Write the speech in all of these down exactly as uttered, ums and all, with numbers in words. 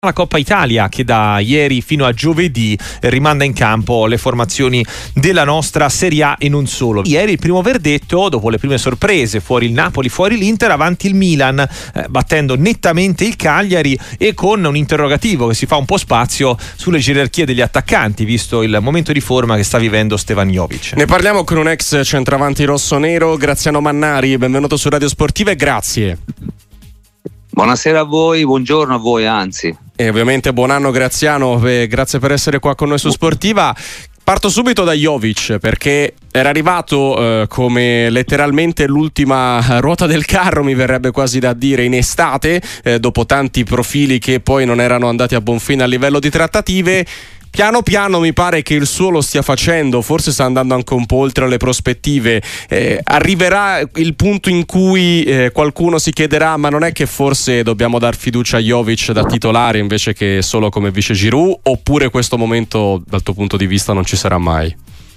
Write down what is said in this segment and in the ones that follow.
La Coppa Italia, che da ieri fino a giovedì rimanda in campo le formazioni della nostra Serie A e non solo. Ieri il primo verdetto, dopo le prime sorprese, fuori il Napoli, fuori l'Inter, avanti il Milan, eh, battendo nettamente il Cagliari e con un interrogativo che si fa un po' spazio sulle gerarchie degli attaccanti, visto il momento di forma che sta vivendo Stefan Jovic. Ne parliamo con un ex centravanti rossonero, Graziano Mannari. Benvenuto su Radio Sportiva e grazie. Buonasera a voi, buongiorno a voi anzi. E ovviamente buon anno Graziano, eh, grazie per essere qua con noi su Sportiva. Parto subito da Jovic, perché era arrivato eh, come letteralmente l'ultima ruota del carro, mi verrebbe quasi da dire, in estate, eh, dopo tanti profili che poi non erano andati a buon fine a livello di trattative. Piano piano mi pare che il suo lo stia facendo, forse sta andando anche un po' oltre le prospettive. Eh, arriverà il punto in cui eh, qualcuno si chiederà: ma non è che forse dobbiamo dar fiducia a Jovic da titolare invece che solo come vice Giroud? Oppure questo momento dal tuo punto di vista non ci sarà mai?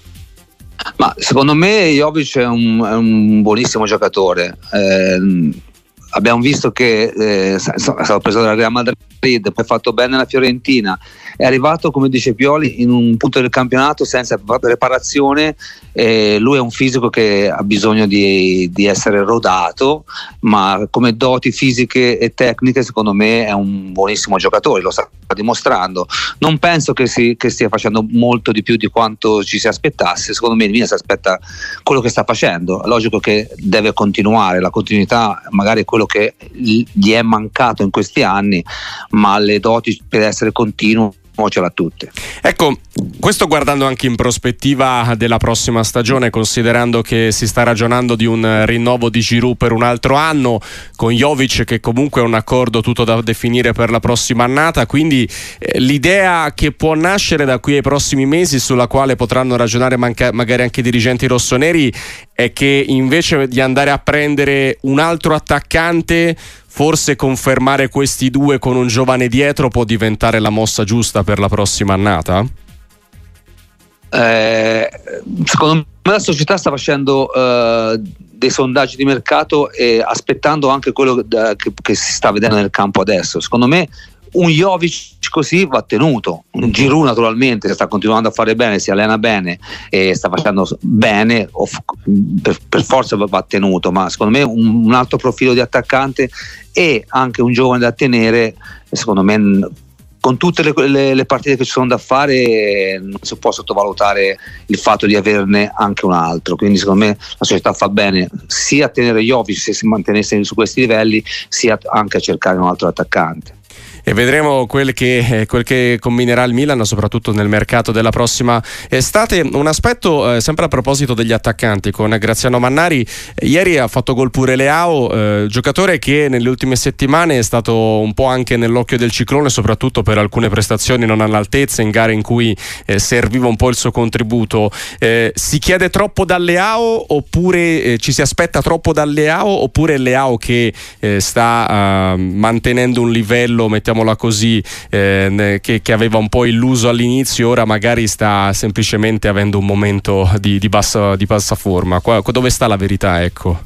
Ma secondo me Jovic è un, è un buonissimo giocatore. Eh, abbiamo visto che eh, è stato preso dal Real Madrid, poi ha fatto bene la Fiorentina, è arrivato, come dice Pioli, in un punto del campionato senza preparazione. Eh, lui è un fisico che ha bisogno di, di essere rodato, ma come doti fisiche e tecniche secondo me è un buonissimo giocatore, lo sta dimostrando. Non penso che, si, che stia facendo molto di più di quanto ci si aspettasse. Secondo me il Milan si aspetta quello che sta facendo. È logico che deve continuare, la continuità magari è quello che gli è mancato in questi anni, ma le doti per essere continuo ce l'ha tutte. Ecco, questo guardando anche in prospettiva della prossima stagione, considerando che si sta ragionando di un rinnovo di Giroud per un altro anno, con Jovic che comunque è un accordo tutto da definire per la prossima annata, quindi eh, l'idea che può nascere da qui ai prossimi mesi, sulla quale potranno ragionare manca- magari anche i dirigenti rossoneri, è che invece di andare a prendere un altro attaccante, forse confermare questi due con un giovane dietro può diventare la mossa giusta per la prossima annata? Eh, secondo me la società sta facendo eh, dei sondaggi di mercato e aspettando anche quello da, che, che si sta vedendo nel campo adesso. Secondo me un Jovic così va tenuto. Un Giroud naturalmente sta continuando a fare bene, si allena bene e sta facendo bene, per, per forza va tenuto, ma secondo me un, un altro profilo di attaccante e anche un giovane da tenere, secondo me con tutte le, le, le partite che ci sono da fare non si può sottovalutare il fatto di averne anche un altro. Quindi secondo me la società fa bene sia a tenere Jovic se si mantenesse su questi livelli, sia anche a cercare un altro attaccante. E vedremo quel che, quel che combinerà il Milan, soprattutto nel mercato della prossima estate. Un aspetto eh, sempre a proposito degli attaccanti con Graziano Mannari: eh, ieri ha fatto gol pure Leao, eh, giocatore che nelle ultime settimane è stato un po' anche nell'occhio del ciclone, soprattutto per alcune prestazioni non all'altezza in gare in cui eh, serviva un po' il suo contributo. Eh, si chiede troppo da Leao oppure eh, ci si aspetta troppo da Leao, oppure Leao che eh, sta eh, mantenendo un livello, mettiamo così, eh, che, che aveva un po' illuso all'inizio, ora magari sta semplicemente avendo un momento di, di, bassa, di bassa forma? Qua, dove sta la verità, ecco?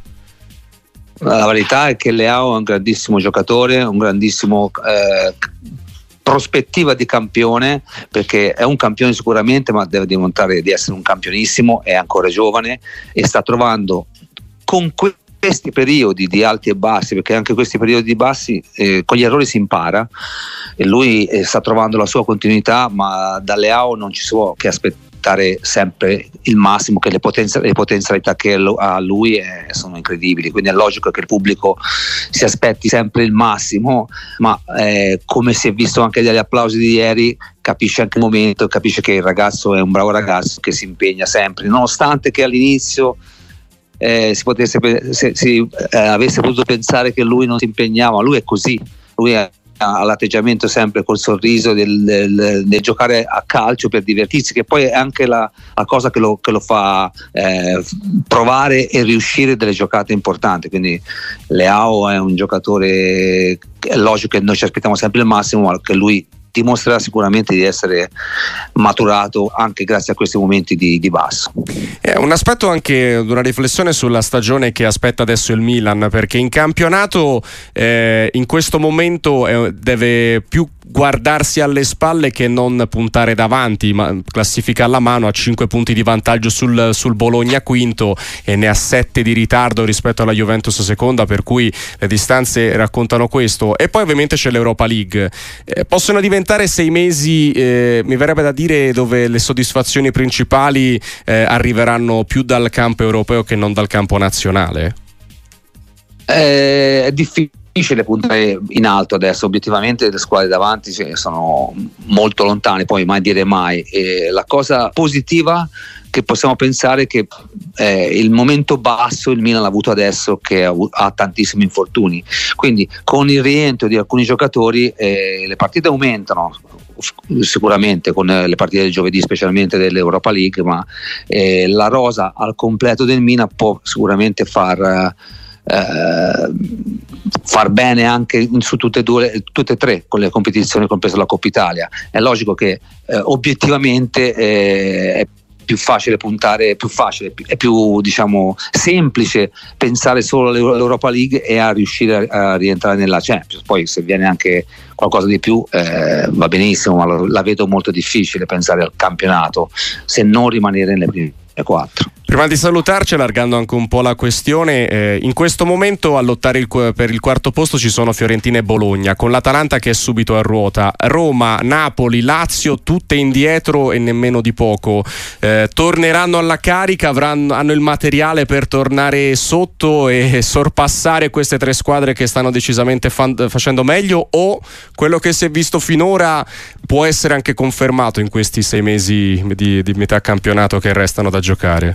La verità è che Leao è un grandissimo giocatore, un grandissimo eh, prospettiva di campione, perché è un campione sicuramente, ma deve dimostrare di essere un campionissimo, è ancora giovane e sta trovando con que- questi periodi di alti e bassi, perché anche questi periodi di bassi eh, con gli errori si impara, e lui eh, sta trovando la sua continuità, ma da Leao non ci si può che aspettare sempre il massimo, che le, potenza- le potenzialità che ha lui eh, sono incredibili, quindi è logico che il pubblico si aspetti sempre il massimo, ma eh, come si è visto anche dagli applausi di ieri, capisce anche il momento, capisce che il ragazzo è un bravo ragazzo che si impegna sempre, nonostante che all'inizio Eh, si potesse, se si eh, avesse potuto pensare che lui non si impegnava. Lui è così, lui ha, ha l'atteggiamento sempre col sorriso del, del, del giocare a calcio per divertirsi, che poi è anche la, la cosa che lo, che lo fa eh, provare e riuscire delle giocate importanti. Quindi Leao è un giocatore, è logico che noi ci aspettiamo sempre il massimo, ma che lui dimostrerà sicuramente di essere maturato anche grazie a questi momenti di, di basso. È un aspetto anche, una riflessione sulla stagione che aspetta adesso il Milan, perché in campionato eh, in questo momento eh, deve più guardarsi alle spalle che non puntare davanti, ma classifica alla mano, a cinque punti di vantaggio sul, sul Bologna quinto e ne ha sette di ritardo rispetto alla Juventus seconda, per cui le distanze raccontano questo. E poi ovviamente c'è l'Europa League. Eh, possono diventare sei mesi, eh, mi verrebbe da dire, dove le soddisfazioni principali eh, arriveranno più dal campo europeo che non dal campo nazionale? Eh, è difficile difficile puntare in alto adesso, obiettivamente le squadre davanti sono molto lontane, poi mai dire mai. E la cosa positiva che possiamo pensare è che eh, il momento basso il Milan ha avuto adesso, che ha, ha tantissimi infortuni, quindi con il rientro di alcuni giocatori eh, le partite aumentano sicuramente con le partite del giovedì, specialmente dell'Europa League, ma eh, la rosa al completo del Milan può sicuramente far Eh, far bene anche su tutte e due, tutte e tre, con le competizioni, compresa la Coppa Italia. È logico che eh, obiettivamente eh, è più facile puntare, più facile, è più diciamo semplice pensare solo all'Europa League e a riuscire a, a rientrare nella Champions. Poi se viene anche qualcosa di più eh, va benissimo, ma lo, la vedo molto difficile pensare al campionato se non rimanere nelle prime quattro. Prima di salutarci, allargando anche un po' la questione, eh, in questo momento a lottare il, per il quarto posto ci sono Fiorentina e Bologna, con l'Atalanta che è subito a ruota, Roma, Napoli, Lazio tutte indietro e nemmeno di poco. Eh, torneranno alla carica, avranno, hanno il materiale per tornare sotto e sorpassare queste tre squadre che stanno decisamente fan, facendo meglio, o quello che si è visto finora può essere anche confermato in questi sei mesi di, di metà campionato che restano da giocare?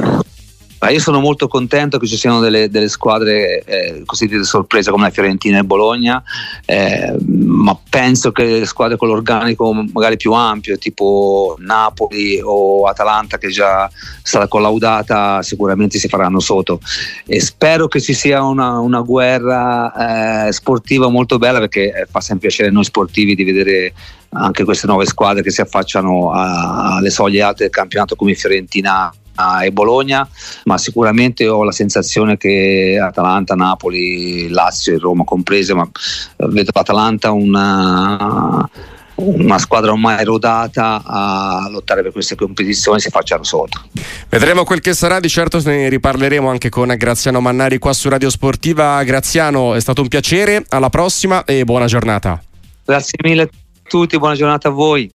Io sono molto contento che ci siano delle, delle squadre eh, cosiddette sorprese come la Fiorentina e Bologna, eh, ma penso che le squadre con l'organico magari più ampio, tipo Napoli o Atalanta, che già è stata collaudata, sicuramente si faranno sotto, e spero che ci sia una, una guerra eh, sportiva molto bella, perché fa sempre piacere a noi sportivi di vedere anche queste nuove squadre che si affacciano alle soglie alte del campionato come Fiorentina e Bologna, ma sicuramente ho la sensazione che Atalanta, Napoli, Lazio e Roma comprese, ma vedo l'Atalanta una, una squadra ormai rodata a lottare per queste competizioni, si facciano sotto. Vedremo quel che sarà, di certo ne riparleremo anche con Graziano Mannari qua su Radio Sportiva. Graziano, è stato un piacere, alla prossima e buona giornata. Grazie mille a tutti, buona giornata a voi.